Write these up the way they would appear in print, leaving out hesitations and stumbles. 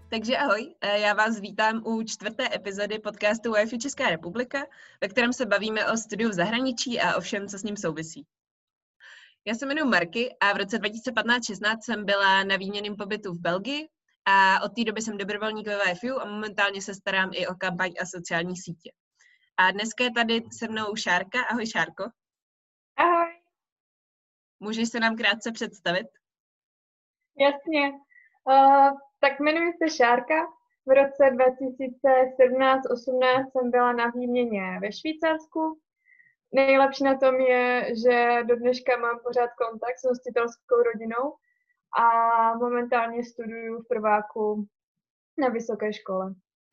Takže ahoj, já vás vítám u 4. epizody podcastu Wi-Fi Česká republika, ve kterém se bavíme o studiu v zahraničí a o všem, co s ním souvisí. Já se jmenuji Marky a v roce 2015-16 jsem byla na výměnném pobytu v Belgii a od té doby jsem dobrovolník ve Wi-Fi a momentálně se starám i o kampaň a sociální sítě. A dneska je tady se mnou Šárka. Ahoj Šárko. Ahoj. Můžeš se nám krátce představit? Jasně. Tak jmenuji se Šárka. V roce 2017-18 jsem byla na výměně ve Švýcarsku. Nejlepší na tom je, že do dneška mám pořád kontakt s hostitelskou rodinou a momentálně studuju v prváku na vysoké škole.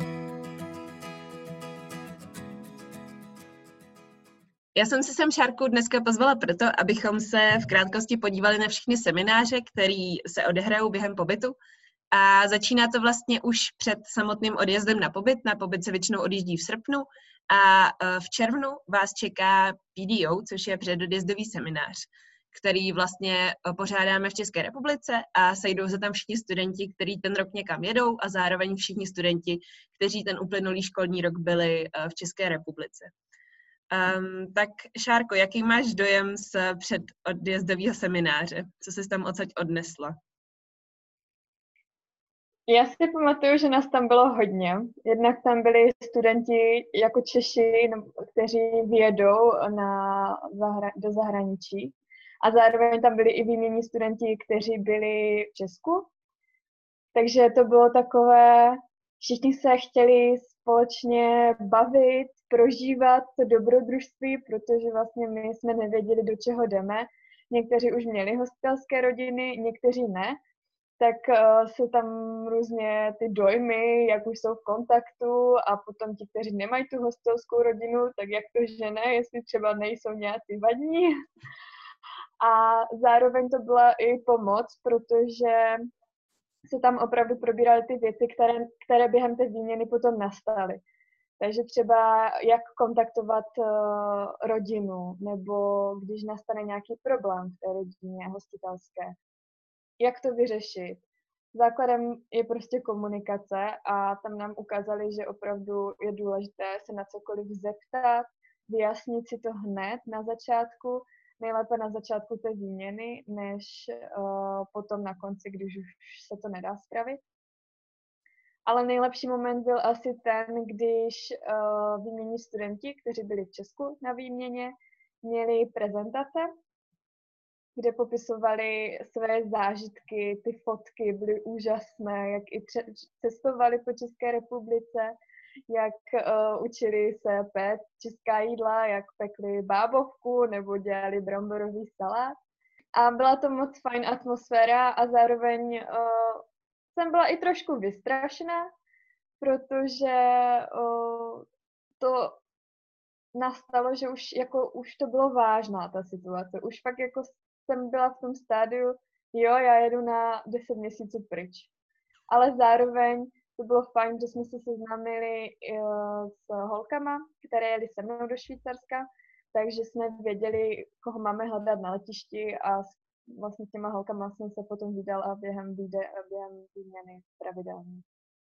Já jsem si sem Šárku dneska pozvala proto, abychom se v krátkosti podívali na všechny semináře, které se odehrajou během pobytu. A začíná to vlastně už před samotným odjezdem na pobyt. Na pobyt se většinou odjíždí v srpnu a v červnu vás čeká PDO, což je předodjezdový seminář, který vlastně pořádáme v České republice a sejdou se tam všichni studenti, kteří ten rok někam jedou a zároveň všichni studenti, kteří ten uplynulý školní rok byli v České republice. Tak Šárko, jaký máš dojem z předodjezdového semináře? Co jsi tam odsaď odnesla? Já si pamatuju, že nás tam bylo hodně. Jednak tam byli studenti jako Češi, kteří vyjedou do zahraničí. A zároveň tam byli i výměnní studenti, kteří byli v Česku. Takže to bylo takové, všichni se chtěli společně bavit, prožívat to dobrodružství, protože vlastně my jsme nevěděli, do čeho jdeme. Někteří už měli hostitelské rodiny, někteří ne. Tak jsou tam různě ty dojmy, jak už jsou v kontaktu a potom ti, kteří nemají tu hostitelskou rodinu, tak jak to žene, jestli třeba nejsou nějací vadní. A zároveň to byla i pomoc, protože se tam opravdu probíraly ty věci, které během té výměny potom nastaly. Takže třeba jak kontaktovat rodinu, nebo když nastane nějaký problém v té rodině hostitelské, jak to vyřešit. Základem je prostě komunikace a tam nám ukázali, že opravdu je důležité se na cokoliv zeptat, vyjasnit si to hned na začátku, nejlépe na začátku té výměny, než potom na konci, když už se to nedá spravit. Ale nejlepší moment byl asi ten, když výměnní studenti, kteří byli v Česku na výměně, měli prezentace, kde popisovali své zážitky, ty fotky byly úžasné, jak i cestovali po České republice, jak učili se pét česká jídla, jak pekli bábovku nebo dělali bramborový salát. A byla to moc fajn atmosféra a zároveň jsem byla i trošku vystrašená, protože to nastalo, že už to bylo vážná ta situace. Už fakt jako jsem byla v tom stádiu, jo, já jedu na 10 měsíců pryč. Ale zároveň to bylo fajn, že jsme se seznámili s holkama, které jeli se mnou do Švýcarska, takže jsme věděli, koho máme hledat na letišti a vlastně s těma holkama jsem se potom vydala během výměny pravidelně.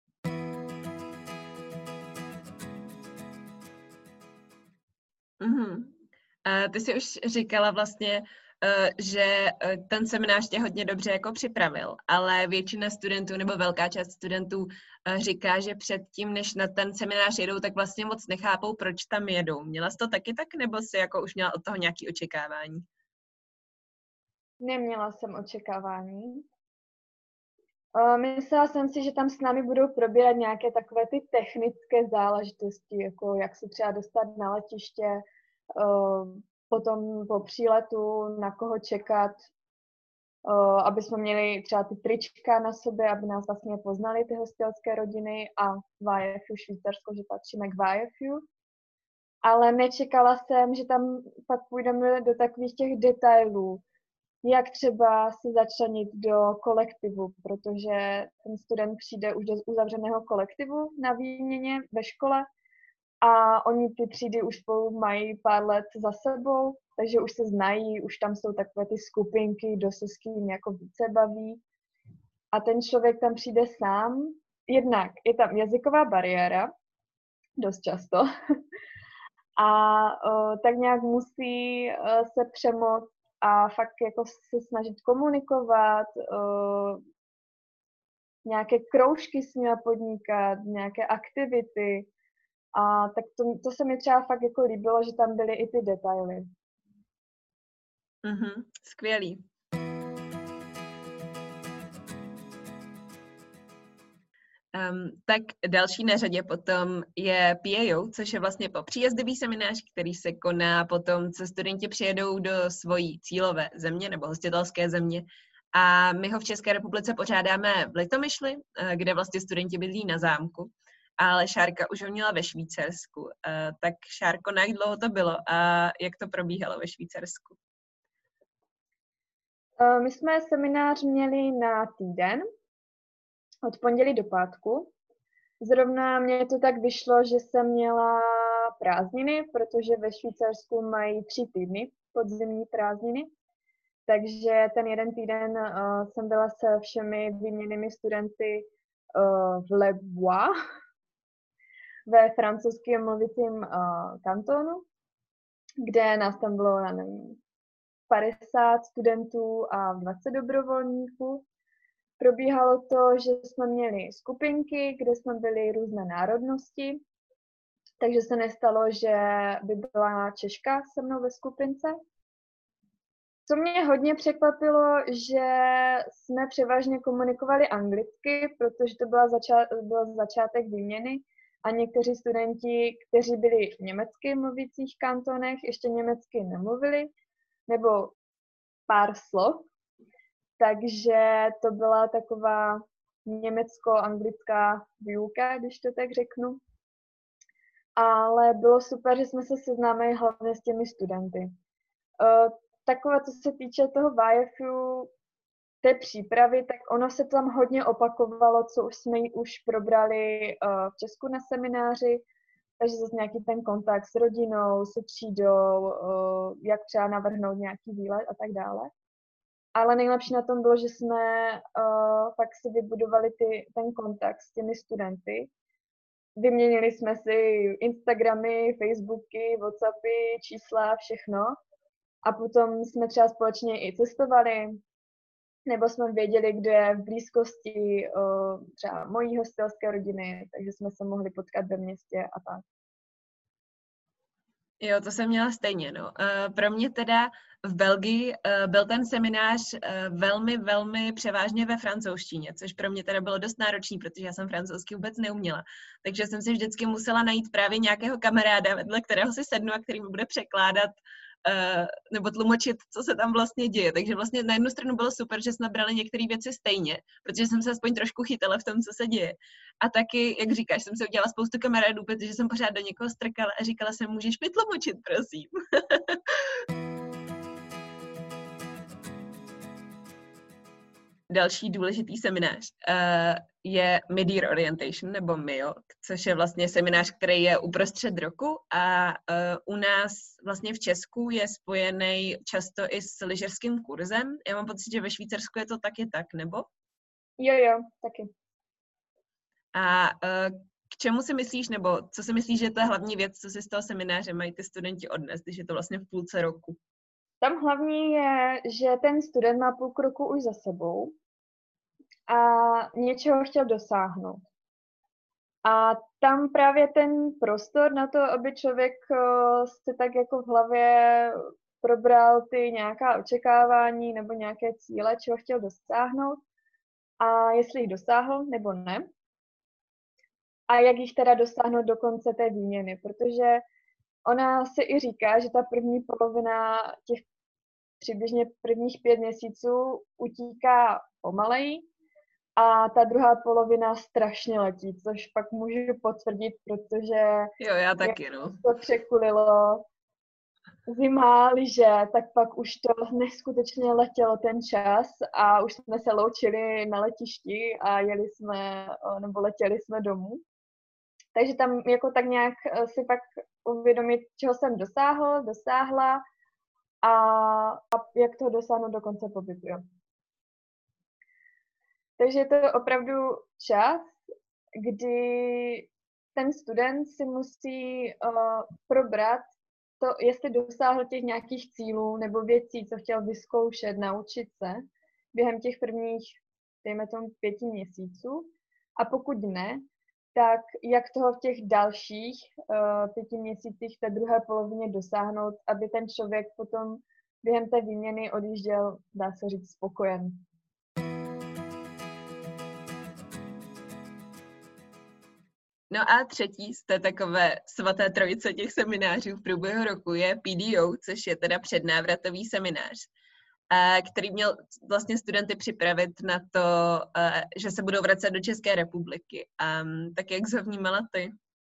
Ty jsi už říkala vlastně, že ten seminář tě hodně dobře jako připravil, ale většina studentů nebo velká část studentů říká, že předtím, než na ten seminář jedou, tak vlastně moc nechápou, proč tam jedou. Měla jsi to taky tak, nebo jsi jako už měla od toho nějaké očekávání? Neměla jsem očekávání. Myslela jsem si, že tam s námi budou probírat nějaké takové ty technické záležitosti, jako jak se třeba dostat na letiště, potom po příletu, na koho čekat, aby jsme měli třeba ty trička na sobě, aby nás vlastně poznali ty hostitelské rodiny a VFU Švýcarsko, že patříme k VFU. Ale nečekala jsem, že tam pak půjdeme do takových těch detailů, jak třeba se začlenit do kolektivu, protože ten student přijde už do uzavřeného kolektivu na výměně ve škole a oni ty třídy už spolu mají pár let za sebou, takže už se znají, už tam jsou takové ty skupinky, kdo se s kým jako více baví. A ten člověk tam přijde sám jednak je tam jazyková bariéra, dost často, a tak nějak musí se přemoct a fakt jako se snažit komunikovat, nějaké kroužky s nimi podnikat, nějaké aktivity. A tak to se mi třeba fakt jako líbilo, že tam byly i ty detaily. Skvělý. Tak další na řadě potom je PAO, což je vlastně popříjezdový seminář, který se koná potom, co studenti přijedou do svojí cílové země nebo hostitelské země. A my ho v České republice pořádáme v Litomyšli, kde vlastně studenti bydlí na zámku. Ale Šárka už ho měla ve Švýcarsku. Tak Šárko, na jak dlouho to bylo a jak to probíhalo ve Švýcarsku? My jsme seminář měli na týden, od pondělí do pátku. Zrovna mně to tak vyšlo, že jsem měla prázdniny, protože ve Švýcarsku mají 3 týdny podzimní prázdniny. Takže ten jeden týden jsem byla se všemi výměnnými studenty v Le Bois, ve francouzském mluvitém kantonu, kde nás tam bylo, já nevím, 50 studentů a 20 dobrovolníků. Probíhalo to, že jsme měli skupinky, kde jsme byli různé národnosti, takže se nestalo, že by byla Češka se mnou ve skupince. Co mě hodně překvapilo, že jsme převážně komunikovali anglicky, protože to byl začátek výměny a někteří studenti, kteří byli v německy mluvících kantonech, ještě německy nemluvili, nebo pár slov. Takže to byla taková německo-anglická výuka, když to tak řeknu. Ale bylo super, že jsme se seznámili hlavně s těmi studenty. Takové, co se týče toho VIFU, té přípravy, tak ono se tam hodně opakovalo, co už jsme už probrali v Česku na semináři, takže zase nějaký ten kontakt s rodinou, se třídou, jak třeba navrhnout nějaký výlet a tak dále. Ale nejlepší na tom bylo, že jsme fakt si vybudovali ten kontakt s těmi studenty. Vyměnili jsme si Instagramy, Facebooky, Whatsappy, čísla, všechno. A potom jsme třeba společně i cestovali, nebo jsme věděli, kdo je v blízkosti třeba mojí hostelské rodiny, takže jsme se mohli potkat ve městě a tak. Jo, to jsem měla stejně, no. Pro mě teda v Belgii byl ten seminář velmi, velmi převážně ve francouzštině, což pro mě teda bylo dost náročný, protože já jsem francouzsky vůbec neuměla. Takže jsem si vždycky musela najít právě nějakého kamaráda, vedle kterého si sednu a který mi bude překládat nebo tlumočit, co se tam vlastně děje. Takže vlastně na jednu stranu bylo super, že jsme brali některé věci stejně, protože jsem se aspoň trošku chytala v tom, co se děje. A taky, jak říkáš, jsem se udělala spoustu kamarádů, protože jsem pořád do někoho strkala a říkala jsem, můžeš mi tlumočit, prosím. Další důležitý seminář je Mid-Year Orientation, nebo MIO, což je vlastně seminář, který je uprostřed roku a u nás vlastně v Česku je spojený často i s lyžařským kurzem. Já mám pocit, že ve Švýcarsku je to taky tak, nebo? Jo, taky. A k čemu si myslíš, nebo co si myslíš, že to je hlavní věc, co si z toho semináře mají ty studenti odnést, když je to vlastně v půlce roku? Tam hlavní je, že ten student má půlku roku už za sebou a něčeho chtěl dosáhnout. A tam právě ten prostor na to, aby člověk si tak jako v hlavě probral ty nějaká očekávání nebo nějaké cíle, čeho chtěl dosáhnout a jestli jich dosáhl nebo ne. A jak jich teda dosáhnout do konce té výměny, protože ona se i říká, že ta první polovina těch přibližně prvních 5 měsíců utíká pomaleji a ta druhá polovina strašně letí, což pak můžu potvrdit, protože jo, já taky, no. To překulilo zima, lyže, tak pak už to neskutečně letělo ten čas a už jsme se loučili na letišti a jeli jsme, nebo letěli jsme domů. Takže tam jako tak nějak si pak uvědomit, čeho jsem dosáhla a jak to dosáhnout do konce pobytu. Jo. Takže je to opravdu čas, kdy ten student si musí probrat to, jestli dosáhl těch nějakých cílů nebo věcí, co chtěl vyzkoušet, naučit se během těch prvních, dejme tomu, 5 měsíců. A pokud ne, tak jak toho v těch dalších 5 měsících té druhé polovině dosáhnout, aby ten člověk potom během té výměny odjížděl, dá se říct, spokojen. No a třetí z té takové svaté trojice těch seminářů v průběhu roku je PDO, což je teda přednávratový seminář, který měl vlastně studenty připravit na to, že se budou vracet do České republiky. Tak jak jsi ho vnímala ty?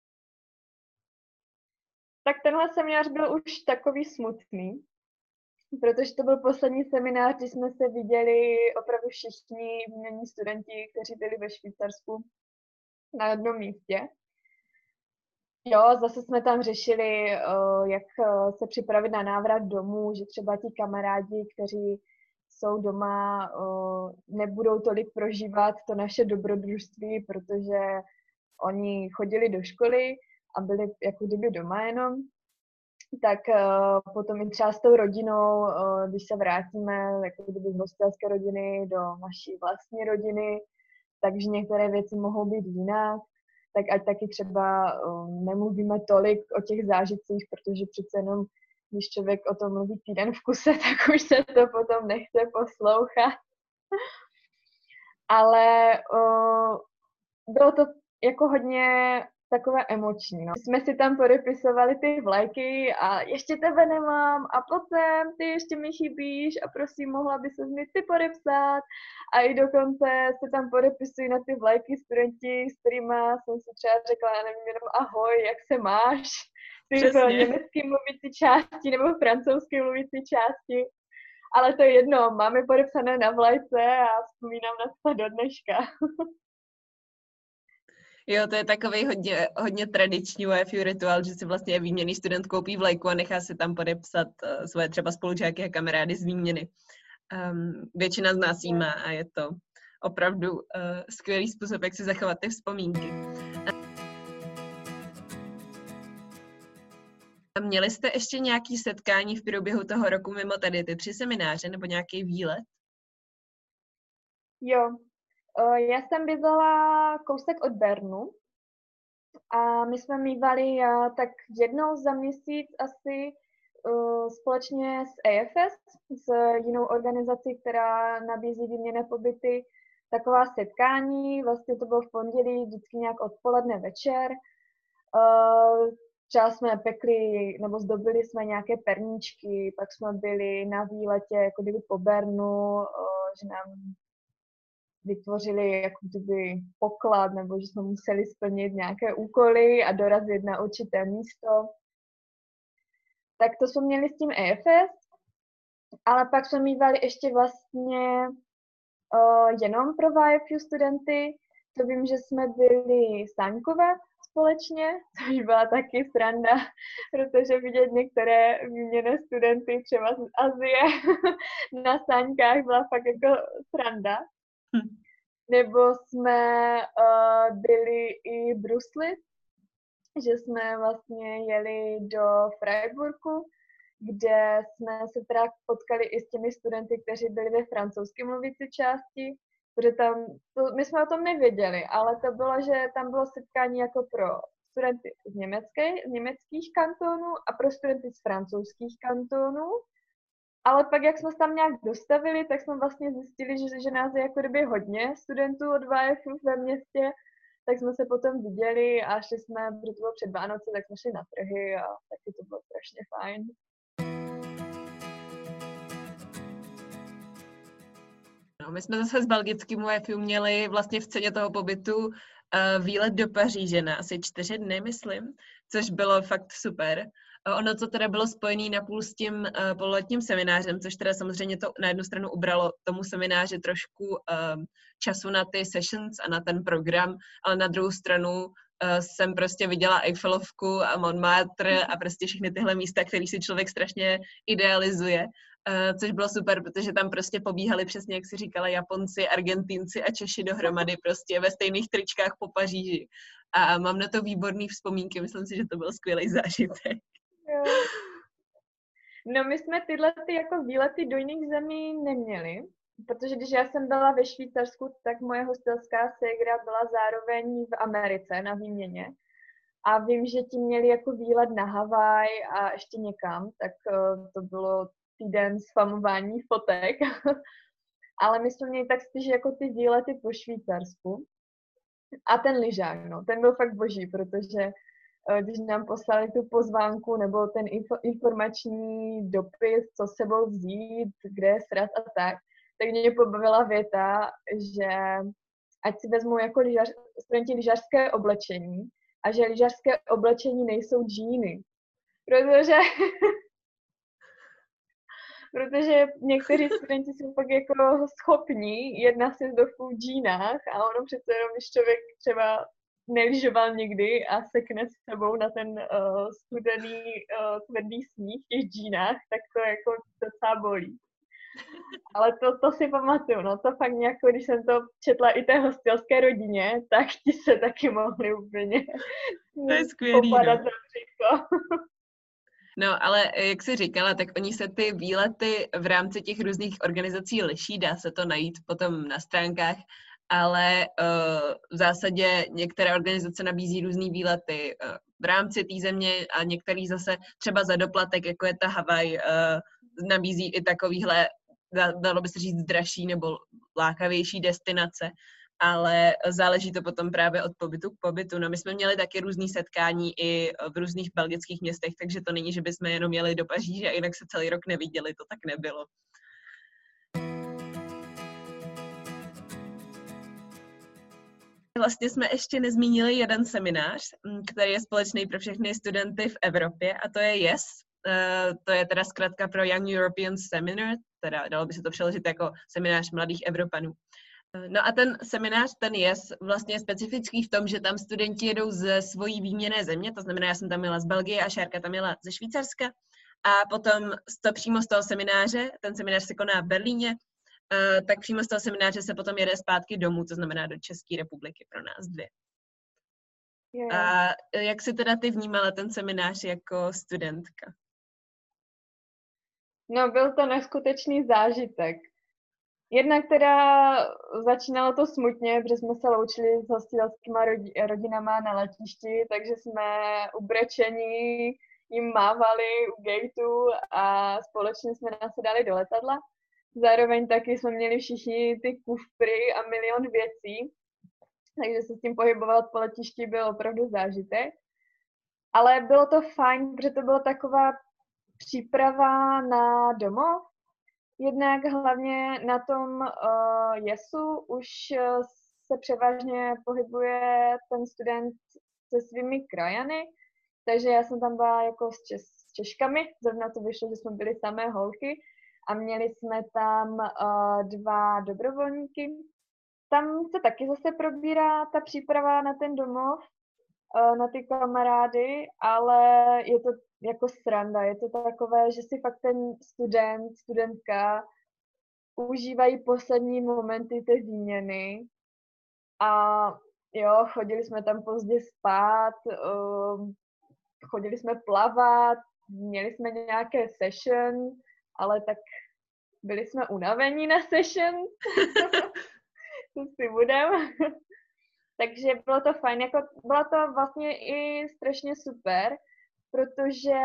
Tak tenhle seminář byl už takový smutný, protože to byl poslední seminář, kdy jsme se viděli opravdu všichni výměnní studenti, kteří byli ve Švýcarsku na jednom místě. Jo, zase jsme tam řešili, jak se připravit na návrat domů, že třeba ti kamarádi, kteří jsou doma, nebudou tolik prožívat to naše dobrodružství, protože oni chodili do školy a byli jako kdyby doma jenom. Tak potom i třeba s tou rodinou, když se vrátíme jako kdyby z hostelské rodiny do naší vlastní rodiny, takže některé věci mohou být jinak, tak ať taky třeba nemluvíme tolik o těch zážitcích, protože přece jenom, když člověk o tom mluví týden v kuse, tak už se to potom nechce poslouchat. Ale bylo to jako hodně takové emoční. No. Jsme si tam podepisovali ty vlajky a ještě tebe nemám a potom ty ještě mi chybíš a prosím, mohla by se mi ty podepsat. A i dokonce se tam podepisují na ty vlajky studenti, s kterými jsem si třeba řekla, já nevím, jenom ahoj, jak se máš? Ty v německy mluvící části nebo francouzsky mluvící části. Ale to je jedno, máme podepsané na vlajce a vzpomínám na to do dneška. Jo, to je takový hodně tradiční UFU rituál, že si vlastně výměnný student koupí vlajku a nechá si tam podepsat svoje třeba spolužáky a kamarády z výměny. Většina z nás jí má a je to opravdu skvělý způsob, jak si zachovat ty vzpomínky. Měli jste ještě nějaké setkání v průběhu toho roku mimo tady ty 3 semináře nebo nějaký výlet? Jo, já jsem bydlela kousek od Bernu a my jsme mívali tak jednou za měsíc asi společně s AFS, s jinou organizací, která nabízí výměnné pobyty, taková setkání. Vlastně to bylo v pondělí, vždycky nějak odpoledne večer. Třeba jsme pekli nebo zdobili jsme nějaké perníčky, pak jsme byli na výletě jako kdyby po Bernu, že nám vytvořili jako kdyby poklad, nebo že jsme museli splnit nějaké úkoly a dorazit na určité místo. Tak to jsme měli s tím AFS, ale pak jsme mívali ještě vlastně jenom pro YFU studenty. To vím, že jsme byli sáňkové společně, což byla taky sranda, protože vidět některé výměnné studenty třeba z Asie na sáňkách byla fakt jako sranda. Nebo jsme byli i v Brusli, že jsme vlastně jeli do Freiburgu, kde jsme se teda potkali i s těmi studenty, kteří byli ve francouzsky mluvící části, protože tam, my jsme o tom nevěděli, ale to bylo, že tam bylo setkání jako pro studenty z německých kantonů a pro studenty z francouzských kantonů. Ale pak, jak jsme se tam nějak dostavili, tak jsme vlastně zjistili, že nás je jako kdyby hodně studentů od YFU ve městě, tak jsme se potom viděli a šli jsme, protože to bylo před Vánoci, tak jsme šli na trhy a taky to bylo strašně fajn. No, my jsme zase s belgickým UFU měli vlastně v ceně toho pobytu výlet do Paříže na asi 4 dny, myslím, což bylo fakt super. Ono to teda bylo spojené napůl s tím pololetním seminářem, což teda samozřejmě to na jednu stranu ubralo tomu semináři trošku času na ty sessions a na ten program, ale na druhou stranu jsem prostě viděla Eiffelovku a Montmartre a prostě všechny tyhle místa, které si člověk strašně idealizuje. což bylo super, protože tam prostě pobíhali přesně, jak si říkala, Japonci, Argentínci a Češi dohromady prostě ve stejných tričkách po Paříži. A mám na to výborný vzpomínky, myslím si, že to byl skvělý zážitek. Jo. No my jsme tyhle jako výlety do jiných zemí neměli, protože když já jsem byla ve Švýcarsku, tak moje hostelská ségra byla zároveň v Americe na výměně. A vím, že ti měli jako výlet na Havaj a ještě někam, tak to bylo týden sfamování fotek. Ale my jsme měli tak spíš jako ty výlety po Švýcarsku. A ten lyžák, no, ten byl fakt boží, protože když nám poslali tu pozvánku nebo ten informační dopis, co s sebou vzít, kde je sraz a tak mě pobavila věta, že ať si vezmou jako studenti lyžařské oblečení a že lyžařské oblečení nejsou džíny. Protože někteří studenti jsou pak jako schopní jet na sjezdovu v džínách a ono přece jenom, když člověk třeba nelyžoval nikdy a sekne s sebou na ten studený tvrdý sníh v těch džínách, tak to jako docela bolí. Ale to si pamatuju, no to fakt nějak, když jsem to četla i té hostelské rodině, tak ti se taky mohli úplně popadat za břicho. No, ale jak jsi říkala, tak oni se ty výlety v rámci těch různých organizací liší, dá se to najít potom na stránkách, ale v zásadě některé organizace nabízí různý výlety v rámci té země a některý zase třeba za doplatek, jako je ta Havaj, nabízí i takovýhle, dalo by se říct, dražší nebo lákavější destinace, ale záleží to potom právě od pobytu k pobytu. No my jsme měli taky různý setkání i v různých belgických městech, takže to není, že bychom jenom jeli do Paříže a jinak se celý rok neviděli, to tak nebylo. Vlastně jsme ještě nezmínili jeden seminář, který je společný pro všechny studenty v Evropě, a to je YES. To je teda zkratka pro Young European Seminar, teda dalo by se to přeložit jako seminář mladých Evropanů. No a ten seminář, ten YES, vlastně je specifický v tom, že tam studenti jedou ze svojí výměnné země, to znamená, já jsem tam jela z Belgie a Šárka tam jela ze Švýcarska, a potom přímo z toho semináře, ten seminář se koná v Berlíně, tak přímo z toho semináře se potom jede zpátky domů, to znamená do České republiky pro nás dvě. Yeah. A jak jsi teda ty vnímala ten seminář jako studentka? No, byl to neskutečný zážitek. Jednak teda začínalo to smutně, protože jsme se loučili s hostitelskýma rodinama na letišti, takže jsme ubrečení jim mávali u gateu a společně jsme nasedali do letadla. Zároveň taky jsme měli všichni ty kufry a milion věcí, takže se s tím pohybovat po letišti byl opravdu zážitek. Ale bylo to fajn, protože to byla taková příprava na domov. Jednak hlavně na tom YESu už se převážně pohybuje ten student se svými krajany, takže já jsem tam byla jako s Češkami, zrovna to vyšlo, že jsme byli samé holky a měli jsme tam 2 dobrovolníky. Tam se taky zase probírá ta příprava na ten domov, na ty kamarády, ale je to jako sranda, je to takové, že si fakt ten studentka užívají poslední momenty té výměny a jo, chodili jsme tam pozdě spát, chodili jsme plavat, měli jsme nějaké session, ale tak byli jsme unavení na session, co si budem. Takže bylo to fajn, jako bylo to vlastně i strašně super, protože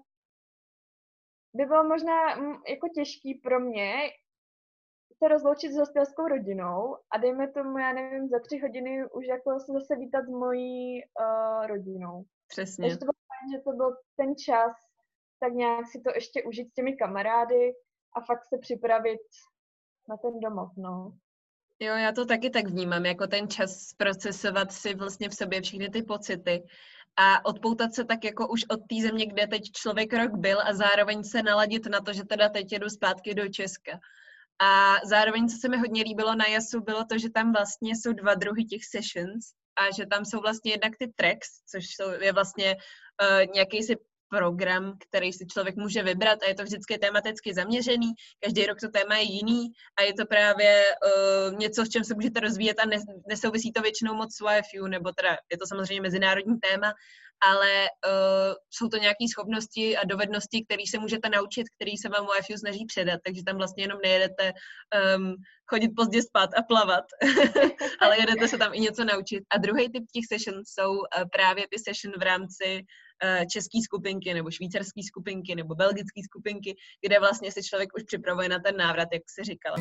by bylo možná jako těžký pro mě se rozloučit s hostelskou rodinou a dejme tomu, já nevím, za 3 hodiny už jako se zase vítat s mojí rodinou. Přesně. Takže to bylo fajn, že to byl ten čas, tak nějak si to ještě užít s těmi kamarády a fakt se připravit na ten domov, no. Jo, já to taky tak vnímám, jako ten čas procesovat si vlastně v sobě všechny ty pocity a odpoutat se tak jako už od té země, kde teď člověk rok byl a zároveň se naladit na to, že teda teď jedu zpátky do Česka. A zároveň, co se mi hodně líbilo na YESu, bylo to, že tam vlastně jsou 2 druhy těch sessions a že tam jsou vlastně jednak ty tracks, což je vlastně nějaký si program, který si člověk může vybrat a je to vždycky tematicky zaměřený. Každý rok to téma je jiný a je to právě něco, v čem se můžete rozvíjet a nesouvisí to většinou moc s YFU, nebo teda je to samozřejmě mezinárodní téma, ale jsou to nějaké schopnosti a dovednosti, které se můžete naučit, které se vám YFU snaží předat, takže tam vlastně jenom nejedete chodit pozdě spát a plavat, ale jedete se tam i něco naučit. A druhý typ těch session jsou právě ty session v rámci české skupinky, nebo švýcarské skupinky, nebo belgické skupinky, kde vlastně se člověk už připravuje na ten návrat, jak se říkala.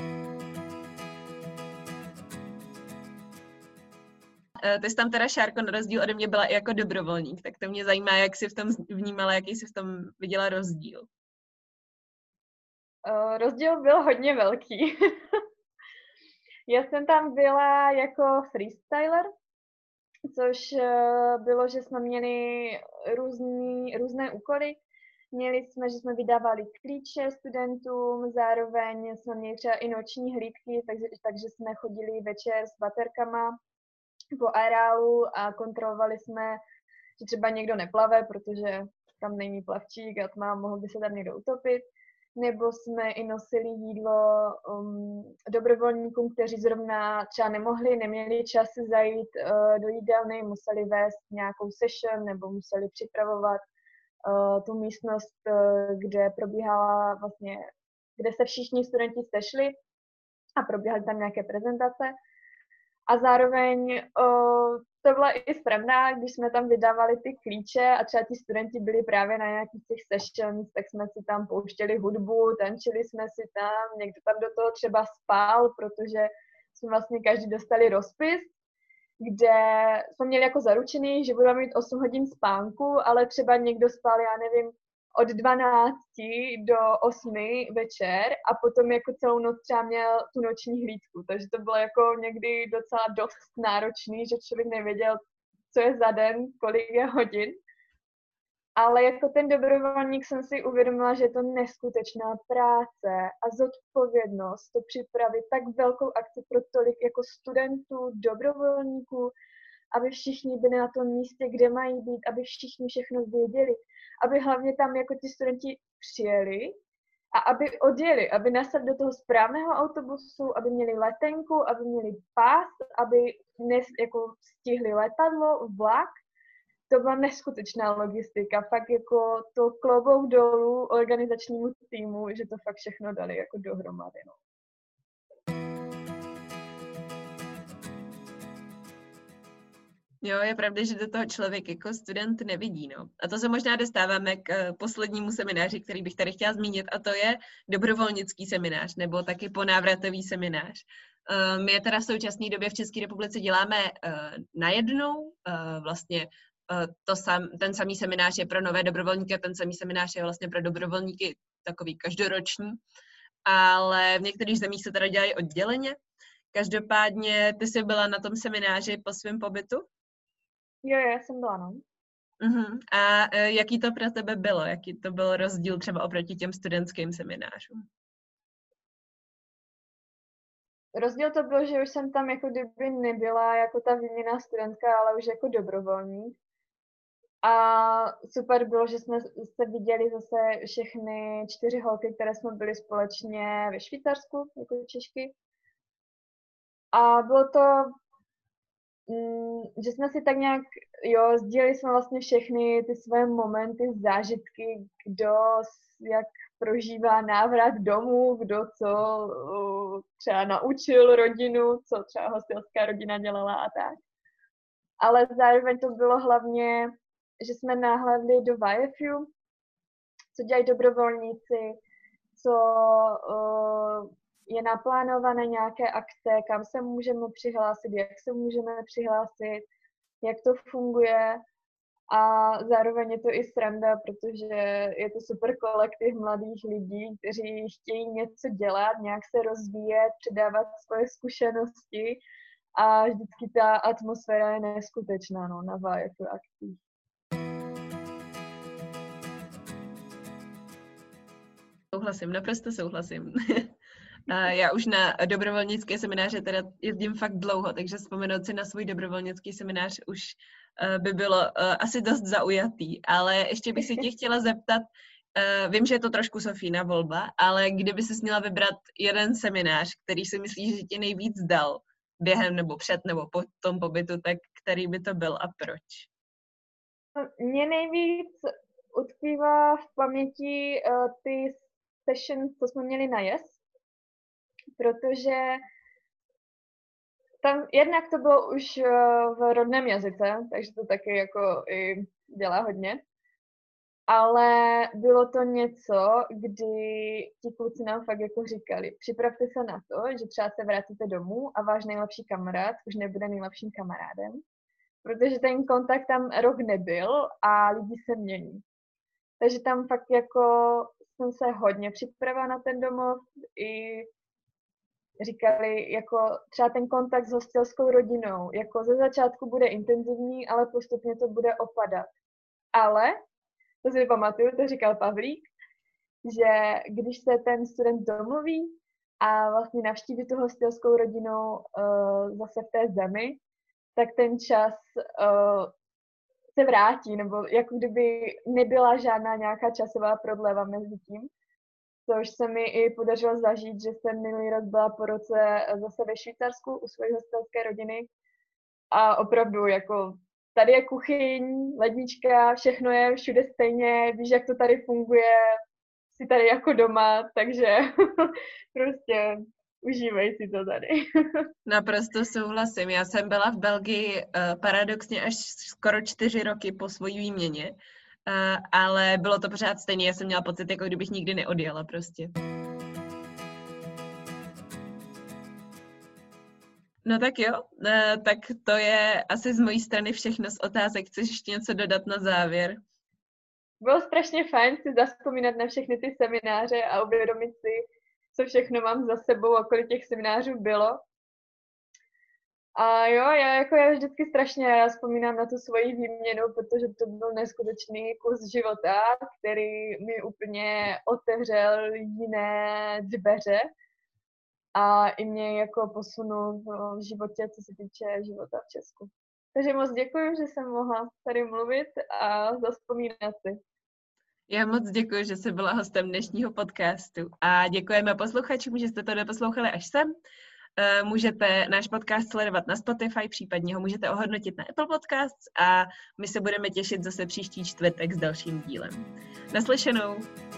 Ty jsi tam teda, Šárko, na rozdíl ode mě byla i jako dobrovolník, tak to mě zajímá, jak jsi v tom vnímala, jaký jsi v tom viděla rozdíl. Rozdíl byl hodně velký. Já jsem tam byla jako freestyler, což bylo, že jsme měli různé úkoly. Měli jsme, že jsme vydávali klíče studentům, zároveň jsme měli třeba i noční hlídky, takže jsme chodili večer s baterkama po areálu a kontrolovali jsme, že třeba někdo neplave, protože tam není plavčík a tma, mohl by se tam někdo utopit. Nebo jsme i nosili jídlo dobrovolníkům, kteří zrovna třeba neměli čas zajít do jídelny, museli vést nějakou session nebo museli připravovat tu místnost, kde probíhala vlastně, kde se všichni studenti sešli a probíhaly tam nějaké prezentace. A zároveň to byla i sranda, když jsme tam vydávali ty klíče a třeba ti studenti byli právě na nějakých těch sessions, tak jsme si tam pouštěli hudbu, tančili jsme si tam, někdo tam do toho třeba spal, protože jsme vlastně každý dostali rozpis, kde jsme měli jako zaručený, že budeme mít 8 hodin spánku, ale třeba někdo spal, já nevím, od 12 do 8 večer a potom jako celou noc třeba měl tu noční hlídku, takže to bylo jako někdy docela dost náročný, že člověk nevěděl, co je za den, kolik je hodin. Ale jako ten dobrovolník jsem si uvědomila, že je to neskutečná práce a zodpovědnost to připravit tak velkou akci pro tolik jako studentů, dobrovolníků, aby všichni byli na tom místě, kde mají být, aby všichni všechno věděli, aby hlavně tam jako ti studenti přijeli a aby odjeli, aby nasadli do toho správného autobusu, aby měli letenku, aby měli pás, aby jako stihli letadlo, vlak. To byla neskutečná logistika, fakt jako to klobouk dolů organizačnímu týmu, že to fakt všechno dali jako dohromady. No. Jo, je pravda, že do toho člověk jako student nevidí, no. A to se možná dostáváme k poslednímu semináři, který bych tady chtěla zmínit, a to je dobrovolnický seminář, nebo taky ponávratový seminář. My je teda v současné době v České republice děláme najednou, vlastně ten samý seminář je pro nové dobrovolníky a ten samý seminář je vlastně pro dobrovolníky takový každoroční, ale v některých zemích se teda dělají odděleně. Každopádně ty jsi byla na tom semináři po svém pobytu? Jo, já jsem byla, no. A jaký to pro tebe bylo? Jaký to byl rozdíl třeba oproti těm studentským seminářům? Rozdíl to byl, že už jsem tam jako kdyby nebyla jako ta výměnná studentka, ale už jako dobrovolník. A super bylo, že jsme se viděli zase všechny 4 holky, které jsme byli společně ve Švýcarsku, jako Češky. A bylo to, že jsme si tak nějak, sdíleli jsme vlastně všechny ty své momenty, zážitky, kdo jak prožívá návrat domů, kdo co třeba naučil rodinu, co třeba hostelská rodina dělala a tak. Ale zároveň to bylo hlavně, že jsme nahlédli do YFU, co dělají dobrovolníci, co je naplánované nějaké akce, kam se můžeme přihlásit, jak se můžeme přihlásit, jak to funguje. A zároveň je to i sranda, protože je to super kolektiv mladých lidí, kteří chtějí něco dělat, nějak se rozvíjet, předávat svoje zkušenosti a vždycky ta atmosféra je neskutečná na YFU akcích. Souhlasím, naprosto souhlasím. Já už na dobrovolnické semináře teda jezdím fakt dlouho, takže vzpomenout si na svůj dobrovolnický seminář už by bylo asi dost zaujatý, ale ještě bych se tě chtěla zeptat, vím, že je to trošku Sofína volba, ale kdyby ses měla vybrat jeden seminář, který si myslíš, že ti nejvíc dal během nebo před nebo po tom pobytu, tak který by to byl a proč? Mně nejvíc utkvívá v paměti ty sessions, co jsme měli na JES, protože tam jednak to bylo už v rodném jazyce, takže to taky jako i dělá hodně. Ale bylo to něco, kdy ti kluci nám fakt jako říkali, připravte se na to, že třeba se vracíte domů a váš nejlepší kamarád už nebude nejlepším kamarádem, protože ten kontakt tam rok nebyl a lidi se mění. Takže tam fakt jako jsem se hodně připravila na ten domov i říkali, jako třeba ten kontakt s hostelskou rodinou, jako ze začátku bude intenzivní, ale postupně to bude opadat. Ale, to si pamatuju, to říkal Pavlík, že když se ten student domluví a vlastně navštíví tu hostelskou rodinu zase v té zemi, tak ten čas se vrátí, nebo jako kdyby nebyla žádná nějaká časová prodleva mezi tím. Což se mi i podařilo zažít, že jsem minulý rok byla po roce zase ve Švýcarsku u své hostelské rodiny a opravdu jako tady je kuchyň, lednička, všechno je všude stejně, víš, jak to tady funguje, jsi tady jako doma, takže prostě užívej si to tady. Naprosto souhlasím. Já jsem byla v Belgii paradoxně až skoro 4 roky po svojí výměně, ale bylo to pořád stejně. Já jsem měla pocit, jako kdybych nikdy neodjela prostě. No tak jo, tak to je asi z mojí strany všechno z otázek. Chceš ještě něco dodat na závěr? Bylo strašně fajn si zazpomínat na všechny ty semináře a uvědomit si, co všechno mám za sebou a kolik těch seminářů bylo. A jo, já vždycky strašně ráda vzpomínám na tu svoji výměnu, protože to byl neskutečný kus života, který mi úplně otevřel jiné dveře a i mě jako posunul v životě, co se týče života v Česku. Takže moc děkuji, že jsem mohla tady mluvit a zavzpomínat si. Já moc děkuji, že jsi byla hostem dnešního podcastu a děkujeme posluchačům, že jste to doposlouchali až sem. Můžete náš podcast sledovat na Spotify, případně ho můžete ohodnotit na Apple Podcasts a my se budeme těšit zase příští čtvrtek s dalším dílem. Naslyšenou!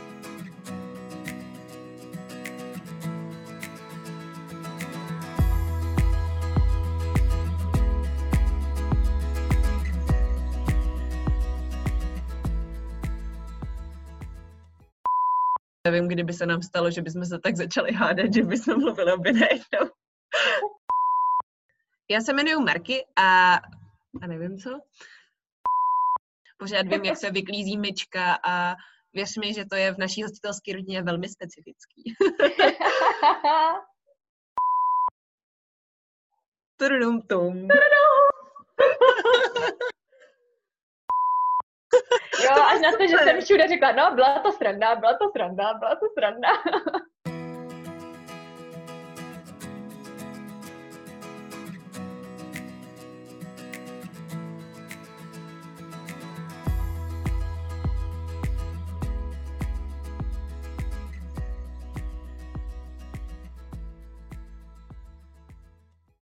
Nevím, kdyby se nám stalo, že bychom se tak začali hádat, že bychom mluvili obě najednou. Já se jmenuji Marky a nevím co. Pořád vím, jak se vyklízí myčka a věř mi, že to je v naší hostitelské rodině velmi specifický. Tududum tum. Jo, až na to, že jsem všude řekla, no, byla to sranda.